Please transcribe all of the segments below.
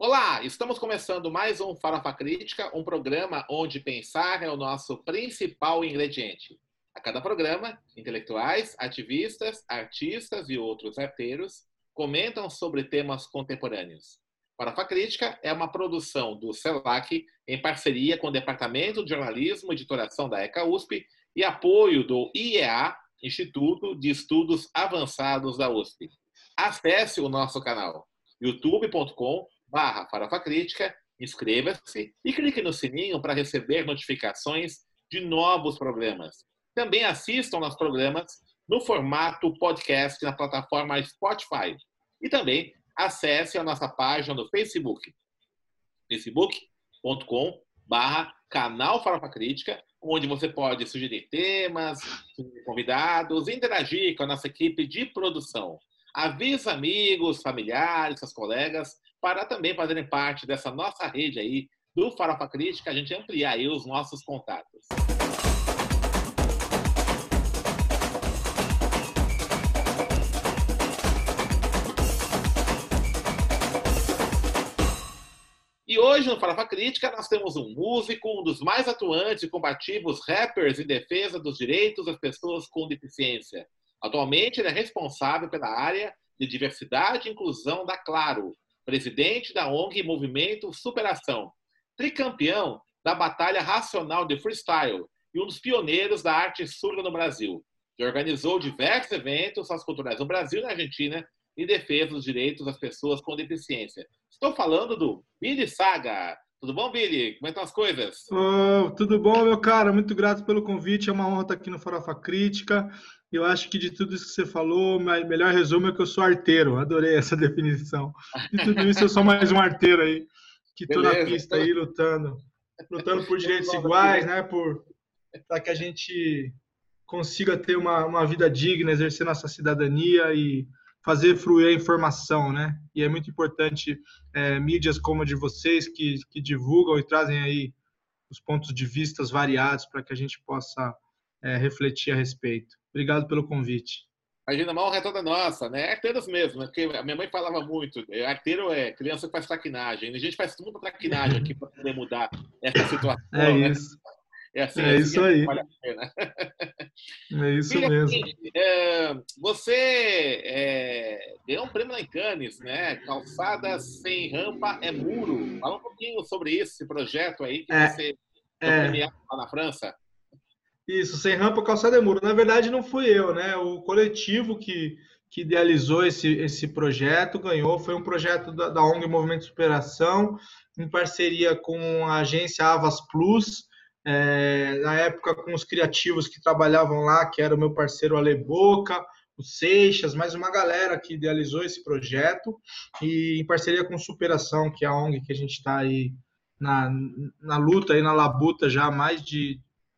Olá, estamos começando mais um Farofa Crítica, um programa onde pensar é o nosso principal ingrediente. A cada programa, intelectuais, ativistas, artistas e outros arteiros comentam sobre temas contemporâneos. Farofa Crítica é uma produção do CELAC em parceria com o Departamento de Jornalismo e Editoração da ECA USP e apoio do IEA, Instituto de Estudos Avançados da USP. Acesse o nosso canal youtube.com/Farofa Crítica, inscreva-se e clique no sininho para receber notificações de novos programas. Também assistam aos programas no formato podcast na plataforma Spotify. E também acesse a nossa página no Facebook, facebook.com/canal Farofa Crítica, onde você pode sugerir temas, sugerir convidados, interagir com a nossa equipe de produção. Avise amigos, familiares, seus colegas, para também fazerem parte dessa nossa rede aí do Farofa Crítica, a gente ampliar aí os nossos contatos. E hoje no Farofa Crítica nós temos um músico, um dos mais atuantes e combativos rappers em defesa dos direitos das pessoas com deficiência. Atualmente ele é responsável pela área de diversidade e inclusão da Claro, presidente da ONG Movimento Superação, tricampeão da Batalha Racional de Freestyle e um dos pioneiros da arte surda no Brasil. Já organizou diversos eventos socioculturais no Brasil e na Argentina em defesa dos direitos das pessoas com deficiência. Estou falando do Billy Saga. Tudo bom, Billy? Como estão as coisas? Tudo bom, meu cara? Muito grato pelo convite. É uma honra estar aqui no Farofa Crítica. Eu acho que de tudo isso que você falou, o melhor resumo é que eu sou arteiro. Adorei essa definição. De tudo isso, eu sou mais um arteiro aí, que estou na pista aí lutando por direitos iguais, né? Para que a gente consiga ter uma vida digna, exercer nossa cidadania e fazer fluir a informação, né? E é muito importante mídias como a de vocês que divulgam e trazem aí os pontos de vistas variados para que a gente possa refletir a respeito. Obrigado pelo convite. Imagina, a honra é toda nossa, né? Arteiros mesmo, né? Porque a minha mãe falava muito, arteiro é criança que faz traquinagem. A gente faz muita traquinagem aqui para poder mudar essa situação, né? Isso. É assim, isso aí. Vale a pena. É isso mesmo. Você ganhou um prêmio lá em Cannes, né? Calçada Sem Rampa é Muro. Fala um pouquinho sobre isso, esse projeto aí que você foi premiado lá na França. Isso, Sem Rampa, Calçada é Muro. Na verdade, não fui eu, né? O coletivo que idealizou esse projeto ganhou. Foi um projeto da ONG Movimento Superação, em parceria com a agência Avas Plus, na época com os criativos que trabalhavam lá, que era o meu parceiro Ale Boca, o Seixas, mais uma galera que idealizou esse projeto, e em parceria com Superação, que é a ONG que a gente está aí na luta, aí na labuta já há mais de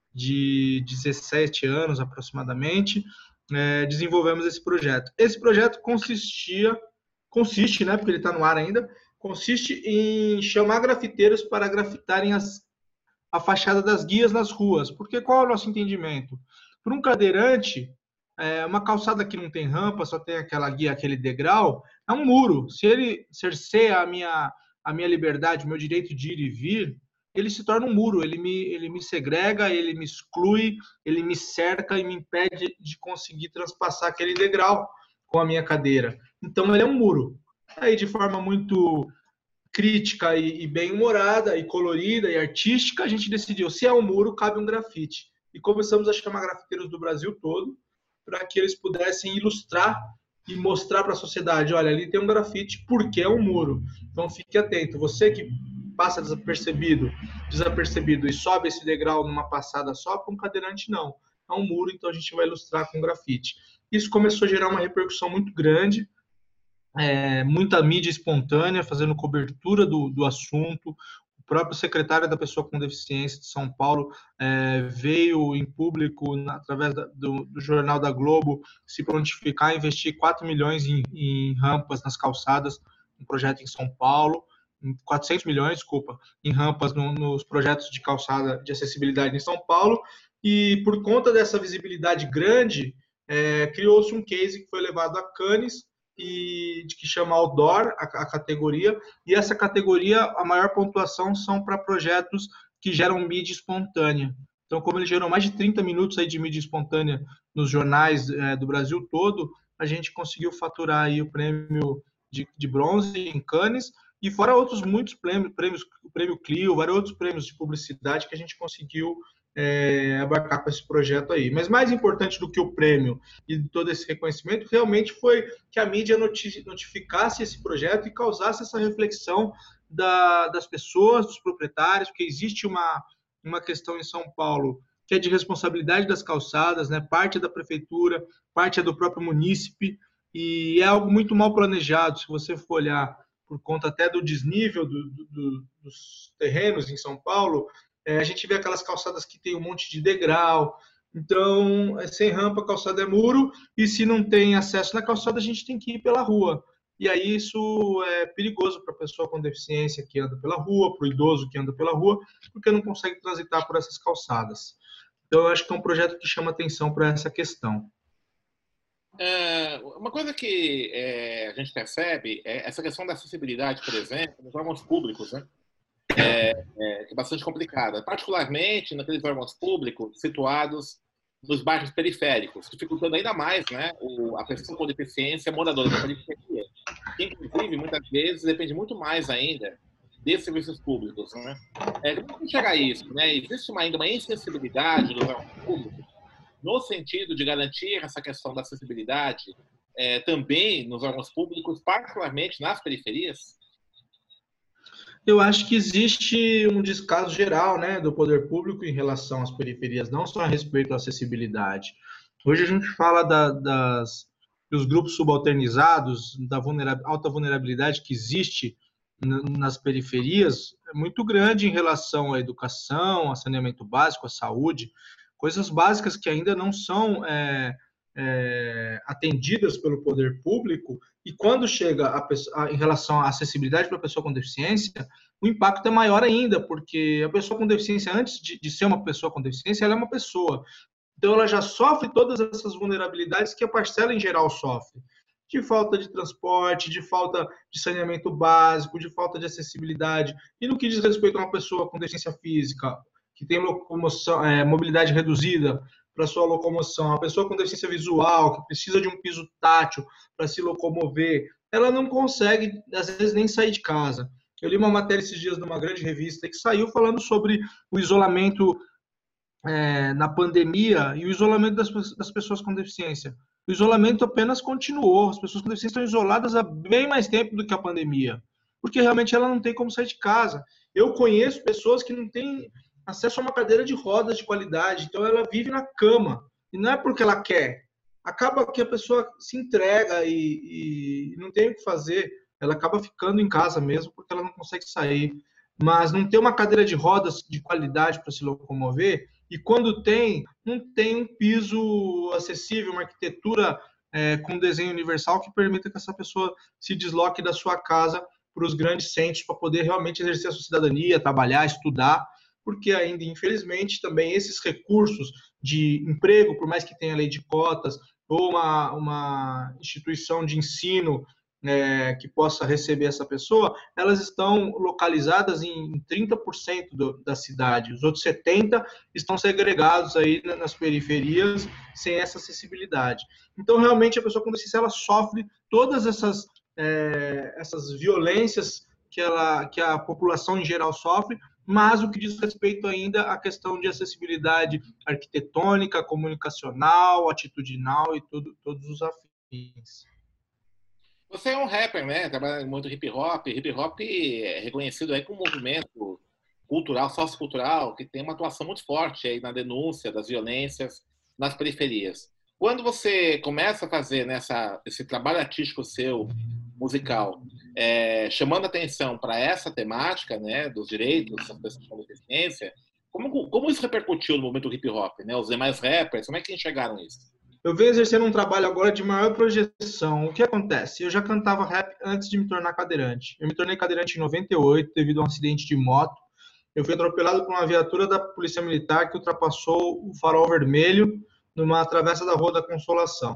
17 anos aproximadamente, desenvolvemos esse projeto. Esse projeto consiste, né, porque ele está no ar ainda, consiste em chamar grafiteiros para grafitarem a fachada das guias nas ruas. Porque qual é o nosso entendimento? Para um cadeirante, uma calçada que não tem rampa, só tem aquela guia, aquele degrau, é um muro. Se ele cerceia a minha liberdade, o meu direito de ir e vir, ele se torna um muro, ele me segrega, ele me exclui, ele me cerca e me impede de conseguir transpassar aquele degrau com a minha cadeira. Então, ele é um muro. Aí, de forma muito crítica e bem-humorada, e colorida, e artística, a gente decidiu, se é um muro, cabe um grafite. E começamos a chamar grafiteiros do Brasil todo, para que eles pudessem ilustrar e mostrar para a sociedade, olha, ali tem um grafite porque é um muro. Então, fique atento. Você que passa desapercebido e sobe esse degrau numa passada só, para um cadeirante não. É um muro, então a gente vai ilustrar com grafite. Isso começou a gerar uma repercussão muito grande, muita mídia espontânea, fazendo cobertura do assunto. O próprio secretário da Pessoa com Deficiência de São Paulo veio em público, através do Jornal da Globo, se prontificar, investir 4 milhões em rampas nas calçadas, um projeto em São Paulo. 400 milhões, desculpa, em rampas nos projetos de calçada de acessibilidade em São Paulo, e por conta dessa visibilidade grande, criou-se um case que foi levado a Cannes, e de que chama Outdoor, a categoria, e essa categoria, a maior pontuação são para projetos que geram mídia espontânea. Então, como ele gerou mais de 30 minutos aí de mídia espontânea nos jornais do Brasil todo, a gente conseguiu faturar aí o prêmio de bronze em Cannes, e fora outros muitos prêmios, o prêmio Clio, vários outros prêmios de publicidade que a gente conseguiu abarcar com esse projeto aí. Mas mais importante do que o prêmio e todo esse reconhecimento realmente foi que a mídia notificasse esse projeto e causasse essa reflexão das pessoas, dos proprietários, porque existe uma questão em São Paulo que é de responsabilidade das calçadas, né? Parte é da prefeitura, parte é do próprio munícipe, e é algo muito mal planejado. Se você for olhar por conta até do desnível dos terrenos em São Paulo, a gente vê aquelas calçadas que tem um monte de degrau. Então, sem rampa, calçada é muro, e se não tem acesso na calçada, a gente tem que ir pela rua. E aí isso é perigoso para a pessoa com deficiência que anda pela rua, para o idoso que anda pela rua, porque não consegue transitar por essas calçadas. Então, eu acho que é um projeto que chama atenção para essa questão. Uma coisa que a gente percebe é essa questão da acessibilidade, por exemplo, nos órgãos públicos, né? Que é bastante complicada, particularmente naqueles órgãos públicos situados nos bairros periféricos, dificultando ainda mais, né, a pessoa com deficiência moradora da periferia, que inclusive muitas vezes depende muito mais ainda desses serviços públicos, né? Como chegar a isso, né? Existe ainda uma insensibilidade dos órgãos públicos no sentido de garantir essa questão da acessibilidade também nos órgãos públicos, particularmente nas periferias? Eu acho que existe um descaso geral, né, do poder público em relação às periferias, não só a respeito à acessibilidade. Hoje a gente fala dos grupos subalternizados, da alta vulnerabilidade que existe nas periferias, é muito grande em relação à educação, ao saneamento básico, à saúde, coisas básicas que ainda não são atendidas pelo poder público. E quando chega em relação à acessibilidade para a pessoa com deficiência, o impacto é maior ainda, porque a pessoa com deficiência, antes de ser uma pessoa com deficiência, ela é uma pessoa. Então, ela já sofre todas essas vulnerabilidades que a parcela em geral sofre. De falta de transporte, de falta de saneamento básico, de falta de acessibilidade. E no que diz respeito a uma pessoa com deficiência física, que tem mobilidade reduzida para sua locomoção, a pessoa com deficiência visual, que precisa de um piso tátil para se locomover, ela não consegue, às vezes, nem sair de casa. Eu li uma matéria esses dias numa grande revista que saiu falando sobre o isolamento na pandemia e o isolamento das pessoas com deficiência. O isolamento apenas continuou, as pessoas com deficiência estão isoladas há bem mais tempo do que a pandemia, porque realmente ela não tem como sair de casa. Eu conheço pessoas que não têm acesso a uma cadeira de rodas de qualidade, então ela vive na cama, e não é porque ela quer. Acaba que a pessoa se entrega e não tem o que fazer, ela acaba ficando em casa mesmo, porque ela não consegue sair. Mas não tem uma cadeira de rodas de qualidade para se locomover, e quando tem, não tem um piso acessível, uma arquitetura com desenho universal que permita que essa pessoa se desloque da sua casa para os grandes centros para poder realmente exercer a sua cidadania, trabalhar, estudar, porque ainda, infelizmente, também esses recursos de emprego, por mais que tenha lei de cotas, ou uma instituição de ensino que possa receber essa pessoa, elas estão localizadas em 30% da cidade. Os outros 70% estão segregados aí nas periferias, sem essa acessibilidade. Então, realmente, a pessoa com deficiência, ela sofre todas essas violências que a população em geral sofre, mas o que diz respeito ainda à questão de acessibilidade arquitetônica, comunicacional, atitudinal e todos os afins. Você é um rapper, né? Trabalha muito hip hop. Hip hop é reconhecido aí como um movimento cultural, sociocultural, que tem uma atuação muito forte aí na denúncia das violências nas periferias. Quando você começa a fazer esse trabalho artístico seu, musical, chamando atenção para essa temática, né, dos direitos das pessoas com deficiência, como isso repercutiu no movimento hip hop, né? Os demais rappers, como é que enxergaram isso? Eu venho exercendo um trabalho agora de maior projeção. O que acontece? Eu já cantava rap antes de me tornar cadeirante. Eu me tornei cadeirante em 98 devido a um acidente de moto. Eu fui atropelado por uma viatura da Polícia Militar que ultrapassou o farol vermelho numa travessa da Rua da Consolação.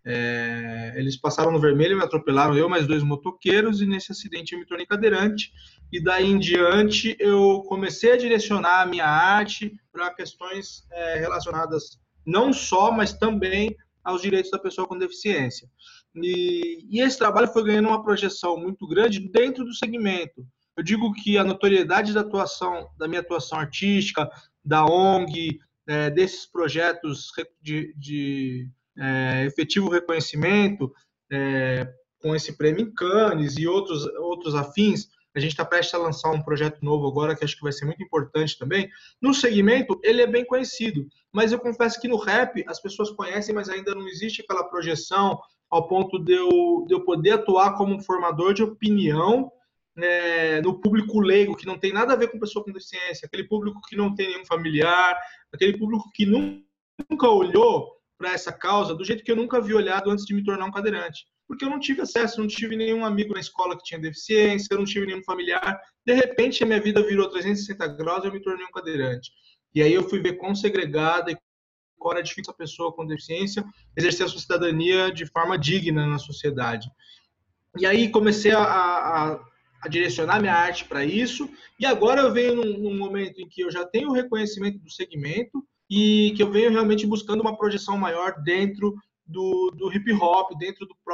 Eles passaram no vermelho, me atropelaram, eu mais 2 motoqueiros, e nesse acidente eu me tornei cadeirante. E daí em diante eu comecei a direcionar a minha arte para questões relacionadas não só, mas também aos direitos da pessoa com deficiência. E esse trabalho foi ganhando uma projeção muito grande dentro do segmento. Eu digo que a notoriedade da minha atuação artística, da ONG, desses projetos de efetivo reconhecimento, com esse prêmio em Cannes e outros afins. A gente está prestes a lançar um projeto novo agora, que acho que vai ser muito importante também. No segmento, ele é bem conhecido, mas eu confesso que no rap as pessoas conhecem, mas ainda não existe aquela projeção ao ponto de eu poder atuar como um formador de opinião no público leigo, que não tem nada a ver com pessoa com deficiência, aquele público que não tem nenhum familiar, aquele público que nunca olhou para essa causa do jeito que eu nunca vi olhado antes de me tornar um cadeirante. Porque eu não tive acesso, não tive nenhum amigo na escola que tinha deficiência, eu não tive nenhum familiar. De repente, a minha vida virou 360 graus e eu me tornei um cadeirante. E aí eu fui ver quão segregada e qual era difícil a pessoa com deficiência exercer a sua cidadania de forma digna na sociedade. E aí comecei a direcionar minha arte para isso, e agora eu venho num momento em que eu já tenho o reconhecimento do segmento e que eu venho realmente buscando uma projeção maior dentro do hip hop, dentro do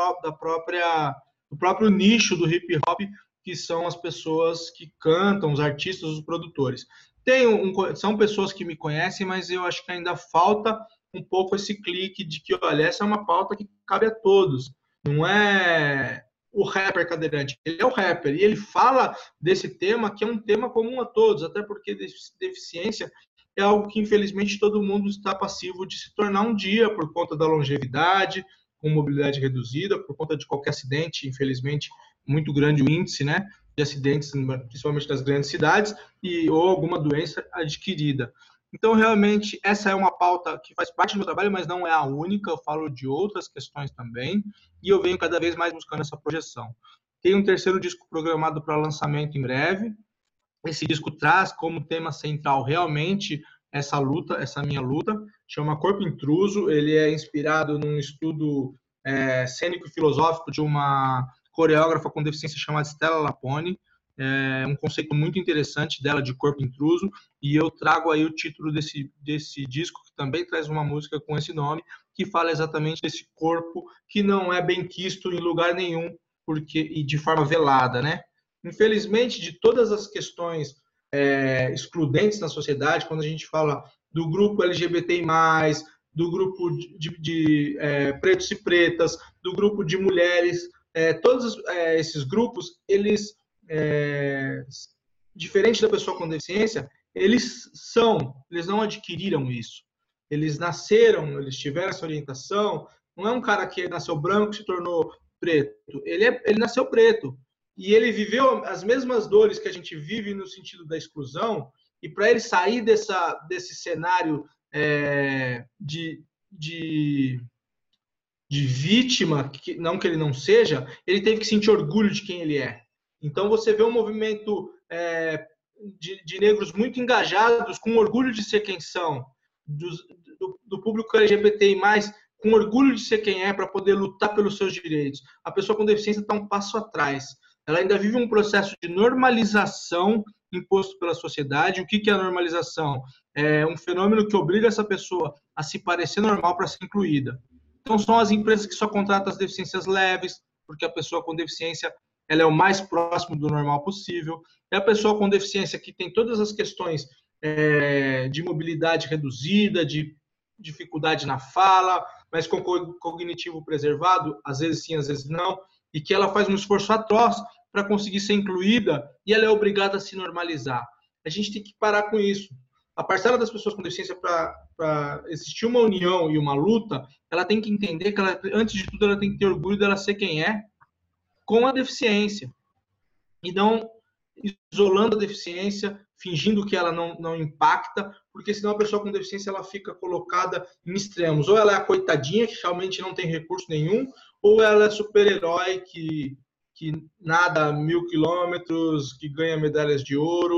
próprio nicho do hip hop, que são as pessoas que cantam, os artistas, os produtores. São pessoas que me conhecem, mas eu acho que ainda falta um pouco esse clique de que, olha, essa é uma pauta que cabe a todos. Não é o rapper cadeirante, ele é o rapper, e ele fala desse tema, que é um tema comum a todos, até porque deficiência é algo que, infelizmente, todo mundo está passivo de se tornar um dia, por conta da longevidade, com mobilidade reduzida, por conta de qualquer acidente, infelizmente, muito grande o índice, né, de acidentes, principalmente nas grandes cidades, ou alguma doença adquirida. Então, realmente, essa é uma pauta que faz parte do meu trabalho, mas não é a única. Eu falo de outras questões também, e eu venho cada vez mais buscando essa projeção. Tem um terceiro disco programado para lançamento em breve. Esse disco traz como tema central realmente essa luta, essa minha luta, chama Corpo Intruso. Ele é inspirado num estudo cênico e filosófico de uma coreógrafa com deficiência chamada Stella Lapone. É um conceito muito interessante dela de corpo intruso, e eu trago aí o título desse disco, que também traz uma música com esse nome, que fala exatamente desse corpo que não é bem quisto em lugar nenhum, e de forma velada, né? Infelizmente, de todas as questões excludentes na sociedade, quando a gente fala do grupo LGBTI+, do grupo de pretos e pretas, do grupo de mulheres, todos esses grupos, eles diferente da pessoa com deficiência, eles não adquiriram isso. Eles nasceram, eles tiveram essa orientação. Não é um cara que nasceu branco e se tornou preto. Ele nasceu preto. E ele viveu as mesmas dores que a gente vive no sentido da exclusão. E para ele sair desse cenário de vítima, não que ele não seja, ele teve que sentir orgulho de quem ele é. Então, você vê um movimento de negros muito engajados, com orgulho de ser quem são, do público LGBTI+, com orgulho de ser quem é, para poder lutar pelos seus direitos. A pessoa com deficiência está um passo atrás. Ela ainda vive um processo de normalização imposto pela sociedade. O que é a normalização? É um fenômeno que obriga essa pessoa a se parecer normal para ser incluída. Então, são as empresas que só contratam as deficiências leves, porque a pessoa com deficiência ela é o mais próximo do normal possível. É a pessoa com deficiência que tem todas as questões de mobilidade reduzida, de dificuldade na fala, mas com cognitivo preservado, às vezes sim, às vezes não, e que ela faz um esforço atroz para conseguir ser incluída, e ela é obrigada a se normalizar. A gente tem que parar com isso. A parcela das pessoas com deficiência, para existir uma união e uma luta, ela tem que entender que, antes de tudo, ela tem que ter orgulho dela ser quem é, com a deficiência. E não isolando a deficiência, fingindo que ela não impacta, porque senão a pessoa com deficiência ela fica colocada em extremos. Ou ela é a coitadinha, que realmente não tem recurso nenhum, ou ela é super-herói, que nada 1000 quilômetros, que ganha medalhas de ouro,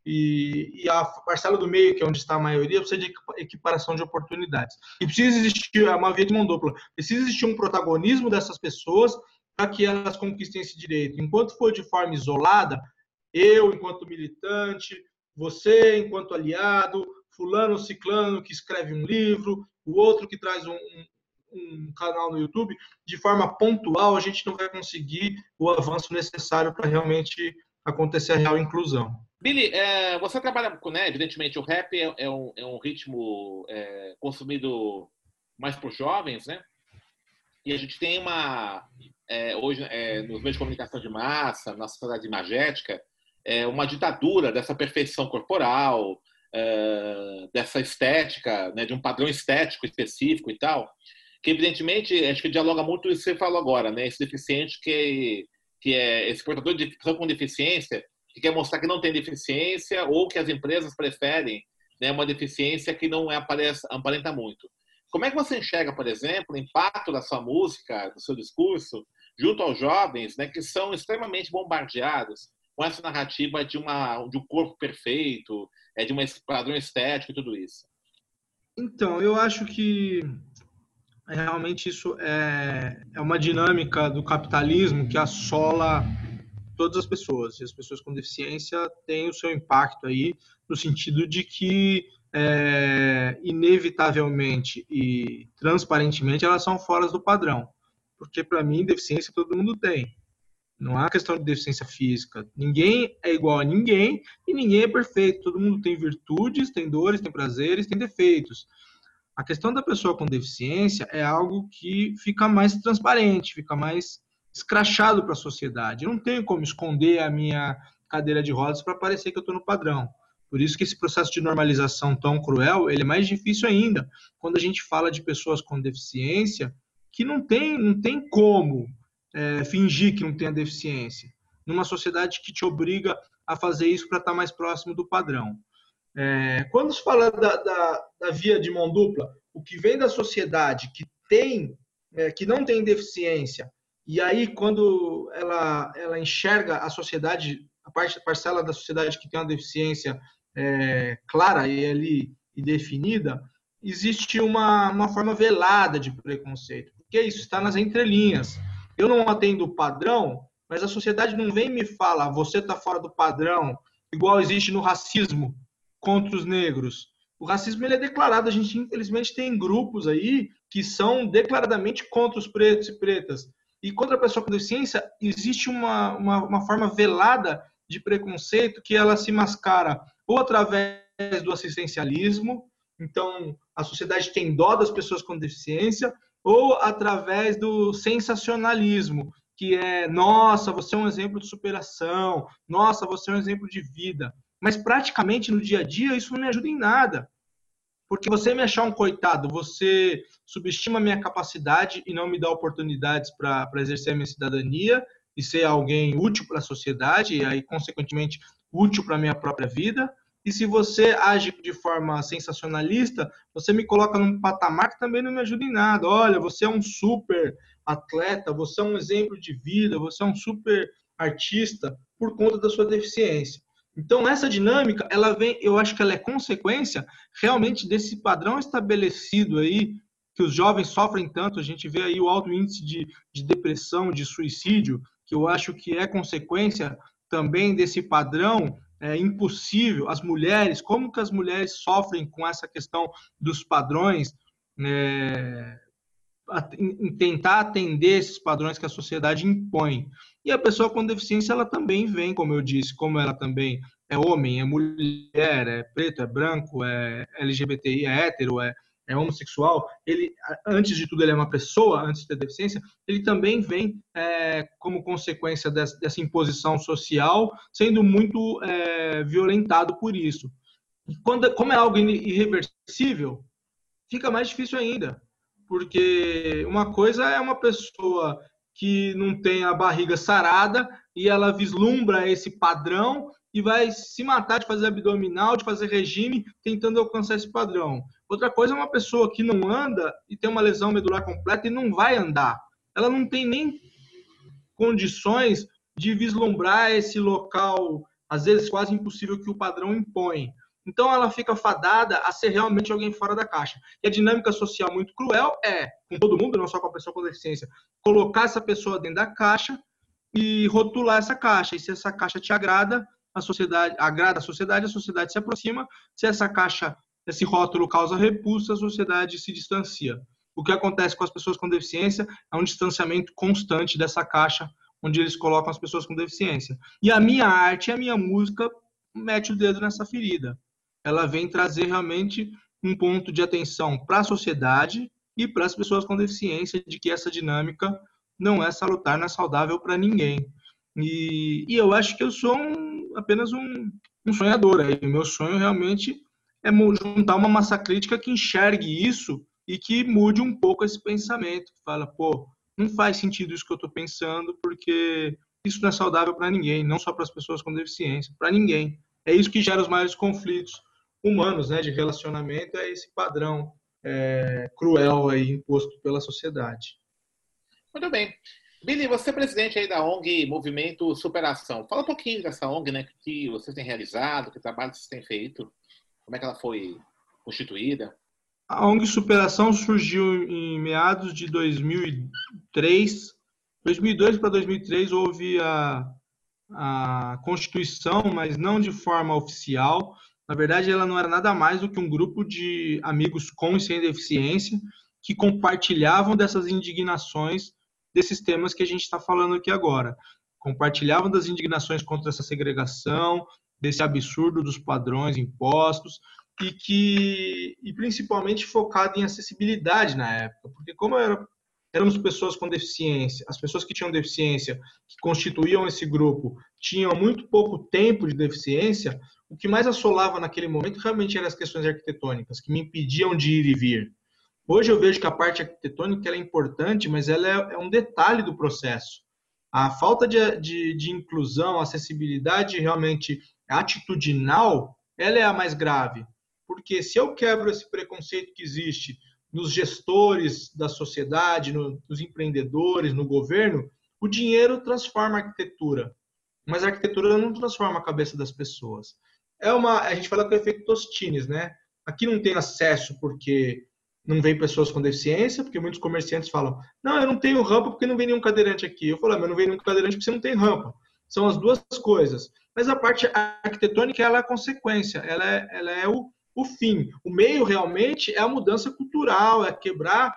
e a parcela do meio, que é onde está a maioria, precisa de equiparação de oportunidades. E precisa existir uma via de mão dupla. Precisa existir um protagonismo dessas pessoas para que elas conquistem esse direito. Enquanto for de forma isolada, eu, enquanto militante, você, enquanto aliado, fulano, ciclano, que escreve um livro, o outro que traz um canal no YouTube, de forma pontual, a gente não vai conseguir o avanço necessário para realmente acontecer a real inclusão. Billy, você trabalha com, né, evidentemente, o rap é um ritmo consumido mais por jovens, né? E a gente tem hoje, nos meios de comunicação de massa, na sociedade imagética, uma ditadura dessa perfeição corporal, dessa estética, né, de um padrão estético específico e tal, que evidentemente acho que dialoga muito com isso que você falou agora, né? Esse deficiente que é esse portador de pessoa com deficiência que quer mostrar que não tem deficiência ou que as empresas preferem, né, uma deficiência que não aparenta muito. Como é que você enxerga, por exemplo, o impacto da sua música, do seu discurso, junto aos jovens, né, que são extremamente bombardeados com essa narrativa de um corpo perfeito, de um padrão estético e tudo isso? Então, eu acho que realmente isso é uma dinâmica do capitalismo que assola todas as pessoas. E as pessoas com deficiência têm o seu impacto aí, no sentido de que, inevitavelmente e transparentemente, elas são fora do padrão. Porque, para mim, deficiência todo mundo tem. Não há questão de deficiência física. Ninguém é igual a ninguém e ninguém é perfeito. Todo mundo tem virtudes, tem dores, tem prazeres, tem defeitos. A questão da pessoa com deficiência é algo que fica mais transparente, fica mais escrachado para a sociedade. Eu não tenho como esconder a minha cadeira de rodas para parecer que eu estou no padrão. Por isso que esse processo de normalização tão cruel, ele é mais difícil ainda quando a gente fala de pessoas com deficiência que não tem como fingir que não tem a deficiência, numa sociedade que te obriga a fazer isso para estar mais próximo do padrão. Quando se fala da via de mão dupla, o que vem da sociedade que não tem deficiência, e aí quando ela enxerga a sociedade, a parcela da sociedade que tem uma deficiência clara e definida, existe uma forma velada de preconceito, porque isso está nas entrelinhas. Eu não atendo o padrão, mas a sociedade não vem e me fala, você está fora do padrão, igual existe no racismo contra os negros. O racismo ele é declarado, a gente infelizmente tem grupos aí que são declaradamente contra os pretos e pretas. E contra a pessoa com deficiência existe uma forma velada de preconceito que ela se mascara ou através do assistencialismo, então a sociedade tem dó das pessoas com deficiência, ou através do sensacionalismo, que é, nossa, você é um exemplo de superação, nossa, você é um exemplo de vida. Mas praticamente no dia a dia isso não me ajuda em nada. Porque você me achar um coitado, você subestima a minha capacidade e não me dá oportunidades para exercer a minha cidadania e ser alguém útil para a sociedade e aí, consequentemente, útil para a minha própria vida. E se você age de forma sensacionalista, você me coloca num patamar que também não me ajuda em nada. Olha, você é um super atleta, você é um exemplo de vida, você é um super artista por conta da sua deficiência. Então, essa dinâmica, eu acho que ela é consequência realmente desse padrão estabelecido aí, que os jovens sofrem tanto. A gente vê aí o alto índice de depressão, de suicídio, que eu acho que é consequência também desse padrão impossível. As mulheres, como que as mulheres sofrem com essa questão dos padrões, em tentar atender esses padrões que a sociedade impõe. E a pessoa com deficiência, ela também vem, como eu disse, como ela também é homem, é mulher, é preto, é branco, é LGBTI, é hétero, é homossexual, ele, antes de tudo, ele é uma pessoa, antes de ter deficiência, ele também vem como consequência dessa imposição social, sendo muito violentado por isso. E como é algo irreversível, fica mais difícil ainda, porque uma coisa é uma pessoa que não tem a barriga sarada e ela vislumbra esse padrão e vai se matar de fazer abdominal, de fazer regime, tentando alcançar esse padrão. Outra coisa é uma pessoa que não anda e tem uma lesão medular completa e não vai andar. Ela não tem nem condições de vislumbrar esse local às vezes quase impossível que o padrão impõe. Então ela fica fadada a ser realmente alguém fora da caixa. E a dinâmica social muito cruel é, com todo mundo, não só com a pessoa com deficiência, colocar essa pessoa dentro da caixa e rotular essa caixa. E se essa caixa te agrada a sociedade se aproxima. Se essa caixa, esse rótulo causa repulsa, a sociedade se distancia. O que acontece com as pessoas com deficiência é um distanciamento constante dessa caixa onde eles colocam as pessoas com deficiência. E a minha arte, a minha música mete o dedo nessa ferida. Ela vem trazer realmente um ponto de atenção para a sociedade e para as pessoas com deficiência, de que essa dinâmica não é salutar, não é saudável para ninguém. E eu acho que eu sou apenas um sonhador. O meu sonho realmente é juntar uma massa crítica que enxergue isso e que mude um pouco esse pensamento. Fala, pô, não faz sentido isso que eu estou pensando, porque isso não é saudável para ninguém, não só para as pessoas com deficiência, para ninguém. É isso que gera os maiores conflitos humanos, né, de relacionamento, é esse padrão cruel aí imposto pela sociedade. Muito bem. Billy, você é presidente aí da ONG Movimento Superação. Fala um pouquinho dessa ONG, né, que vocês têm realizado, que trabalho vocês têm feito, como é que ela foi constituída? A ONG Superação surgiu em meados de 2003. 2002 para 2003 houve a constituição, mas não de forma oficial. Na verdade, ela não era nada mais do que um grupo de amigos com e sem deficiência que compartilhavam dessas indignações desses temas que a gente está falando aqui agora. Compartilhavam das indignações contra essa segregação, desse absurdo dos padrões impostos, e principalmente focado em acessibilidade na época, porque como éramos pessoas com deficiência, as pessoas que tinham deficiência, que constituíam esse grupo, tinham muito pouco tempo de deficiência, o que mais assolava naquele momento realmente eram as questões arquitetônicas, que me impediam de ir e vir. Hoje eu vejo que a parte arquitetônica ela é importante, mas ela é um detalhe do processo. A falta de inclusão, acessibilidade realmente atitudinal, ela é a mais grave. Porque se eu quebro esse preconceito que existe nos gestores da sociedade, nos empreendedores, no governo, o dinheiro transforma a arquitetura. Mas a arquitetura não transforma a cabeça das pessoas. A gente fala que é o efeito Tostines, né? Aqui não tem acesso porque não vem pessoas com deficiência, porque muitos comerciantes falam, não, eu não tenho rampa porque não vem nenhum cadeirante aqui. Eu falo, mas não vem nenhum cadeirante porque você não tem rampa. São as duas coisas. Mas a parte arquitetônica, ela é a consequência, ela é o fim. O meio, realmente, é a mudança cultural, é quebrar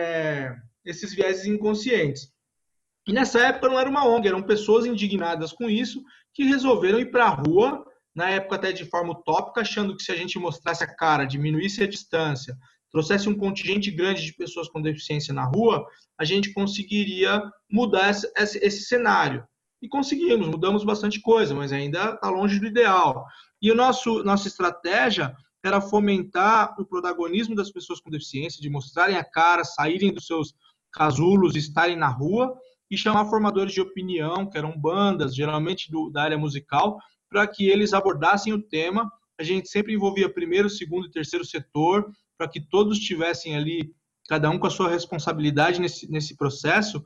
esses vieses inconscientes. E nessa época não era uma ONG, eram pessoas indignadas com isso que resolveram ir para a rua, na época até de forma utópica, achando que se a gente mostrasse a cara, diminuísse a distância, trouxesse um contingente grande de pessoas com deficiência na rua, a gente conseguiria mudar esse cenário. E conseguimos, mudamos bastante coisa, mas ainda está longe do ideal. E nossa estratégia era fomentar o protagonismo das pessoas com deficiência, de mostrarem a cara, saírem dos seus casulos, estarem na rua e chamar formadores de opinião, que eram bandas, geralmente da área musical, para que eles abordassem o tema. A gente sempre envolvia primeiro, segundo e terceiro setor, para que todos tivessem ali, cada um com a sua responsabilidade nesse processo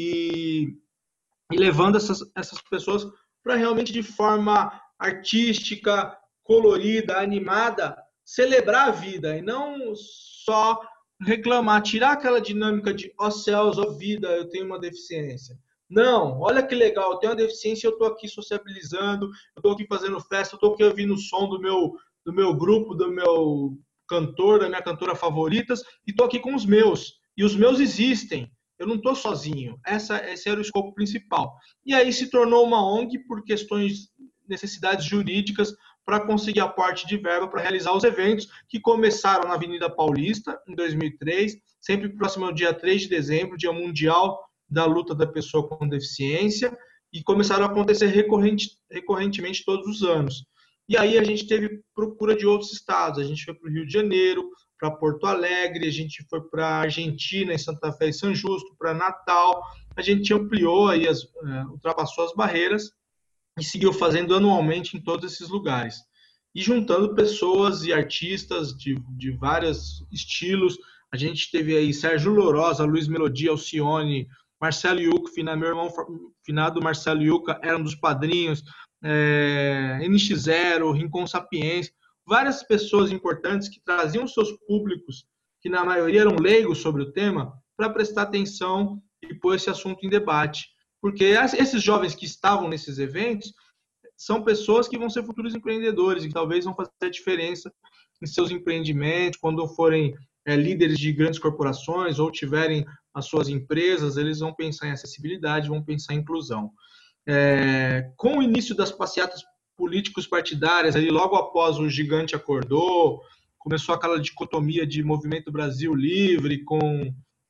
e levando essas pessoas para realmente, de forma artística, colorida, animada, celebrar a vida e não só reclamar, tirar aquela dinâmica de ó céus, ó vida, eu tenho uma deficiência. Não, olha que legal, eu tenho uma deficiência, eu estou aqui sociabilizando, eu estou aqui fazendo festa, eu estou aqui ouvindo o som do meu grupo, do meu cantor, da minha cantora favoritas, e estou aqui com os meus. E os meus existem. Eu não estou sozinho. Esse era o escopo principal. E aí se tornou uma ONG por questões, necessidades jurídicas, para conseguir aporte de verba para realizar os eventos que começaram na Avenida Paulista, em 2003, sempre próximo ao dia 3 de dezembro, Dia Mundial da Luta da Pessoa com Deficiência, e começaram a acontecer recorrentemente todos os anos. E aí a gente teve procura de outros estados. A gente foi para o Rio de Janeiro, para Porto Alegre, a gente foi para a Argentina, em Santa Fé e São Justo, para Natal. A gente ampliou, aí ultrapassou as barreiras e seguiu fazendo anualmente em todos esses lugares. E juntando pessoas e artistas de vários estilos. A gente teve aí Sérgio Lorosa, Luiz Melodia, Alcione, Marcelo Yuca, meu irmão finado Marcelo Yuca era um dos padrinhos. NX0, Rincon Sapiens, várias pessoas importantes que traziam seus públicos, que na maioria eram leigos sobre o tema, para prestar atenção e pôr esse assunto em debate. Porque esses jovens que estavam nesses eventos são pessoas que vão ser futuros empreendedores e que talvez vão fazer a diferença em seus empreendimentos, quando forem líderes de grandes corporações ou tiverem as suas empresas, eles vão pensar em acessibilidade, vão pensar em inclusão. Com o início das passeatas políticos partidárias, ali logo após o Gigante acordou, começou aquela dicotomia de Movimento Brasil Livre com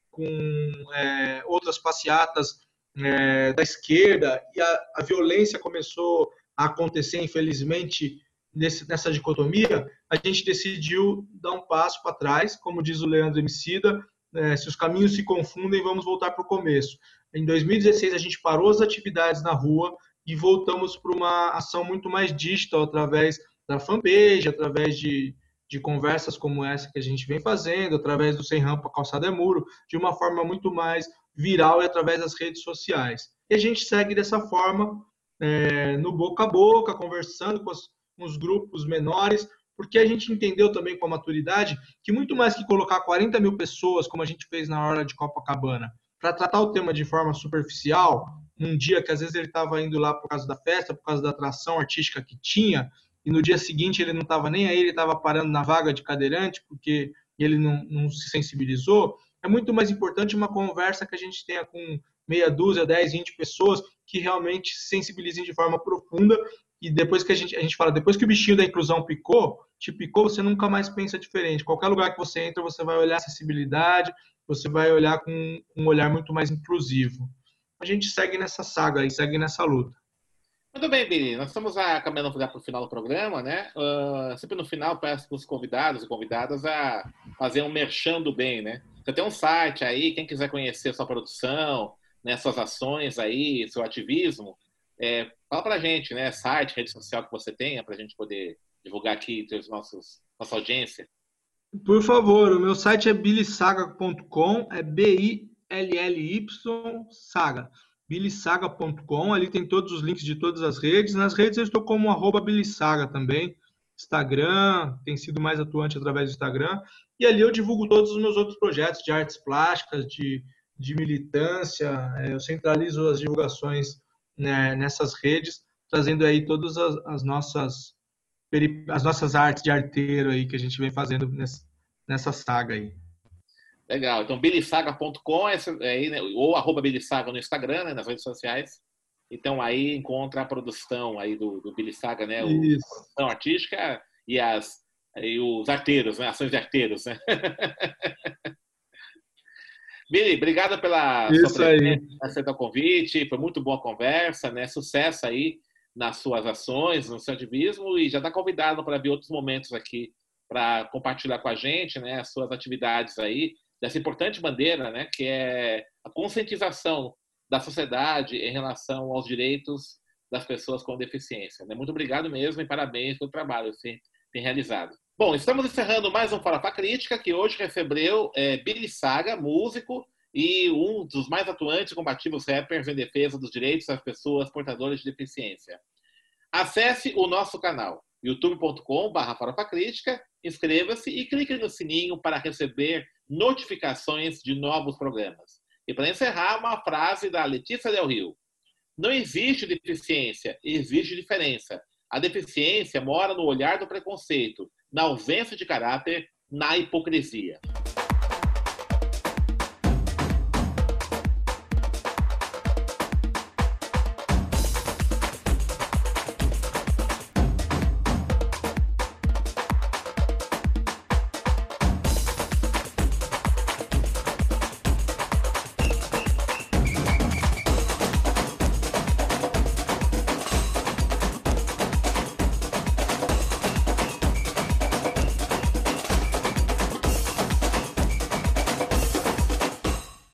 outras passeatas da esquerda, e a violência começou a acontecer, infelizmente, nessa dicotomia, a gente decidiu dar um passo para trás, como diz o Leandro Emicida, se os caminhos se confundem, vamos voltar para o começo. Em 2016, a gente parou as atividades na rua e voltamos para uma ação muito mais digital, através da fanpage, através de conversas como essa que a gente vem fazendo, através do Sem Rampa, Calçada é Muro, de uma forma muito mais viral e através das redes sociais. E a gente segue dessa forma, no boca a boca, conversando com os grupos menores, porque a gente entendeu também com a maturidade que muito mais que colocar 40 mil pessoas, como a gente fez na hora de Copacabana, para tratar o tema de forma superficial, num dia que às vezes ele estava indo lá por causa da festa, por causa da atração artística que tinha, e no dia seguinte ele não estava nem aí, ele estava parando na vaga de cadeirante, porque ele não se sensibilizou. É muito mais importante uma conversa que a gente tenha com meia dúzia, 10, 20 pessoas que realmente se sensibilizem de forma profunda, e depois que a gente fala, depois que o bichinho da inclusão te picou, você nunca mais pensa diferente. Qualquer lugar que você entra, você vai olhar acessibilidade, você vai olhar com um olhar muito mais inclusivo. A gente segue nessa saga e segue nessa luta. Muito bem, Billy. Nós estamos caminhando para o final do programa, né? Sempre no final peço para os convidados e convidadas a fazer um merchan do bem, né? Você tem um site aí, quem quiser conhecer sua produção, né, suas ações aí, seu ativismo, fala para a gente, né? Site, rede social que você tenha, para a gente poder divulgar aqui entre nossa audiência. Por favor, o meu site é billysaga.com, é BILLY Saga. billysaga.com, ali tem todos os links de todas as redes. Nas redes eu estou como @billysaga também. Instagram, tem sido mais atuante através do Instagram. E ali eu divulgo todos os meus outros projetos de artes plásticas, de militância. Eu centralizo as divulgações, né, nessas redes, trazendo aí todas as nossas artes de arteiro aí que a gente vem fazendo nessa saga aí. Legal. Então, billysaga.com né, ou @billysaga no Instagram, né, nas redes sociais. Então, aí encontra a produção aí do Billy Saga, né? A produção artística e os arteiros, né? Ações de arteiros, né? Billy, obrigado pela sua presença, aceitar o convite. Foi muito boa a conversa, né? Sucesso aí nas suas ações, no seu ativismo, e já está convidado para vir outros momentos aqui para compartilhar com a gente, né, as suas atividades aí, dessa importante bandeira, né, que é a conscientização da sociedade em relação aos direitos das pessoas com deficiência. Né? Muito obrigado mesmo e parabéns pelo trabalho que você tem realizado. Bom, estamos encerrando mais um Farofa Crítica, que hoje recebeu Billy Saga, músico e um dos mais atuantes e combativos rappers em defesa dos direitos das pessoas portadoras de deficiência. Acesse o nosso canal, youtube.com/farofacrítica, inscreva-se e clique no sininho para receber notificações de novos programas. E para encerrar, uma frase da Letícia Del Rio. Não existe deficiência, existe diferença. A deficiência mora no olhar do preconceito, na ausência de caráter, na hipocrisia.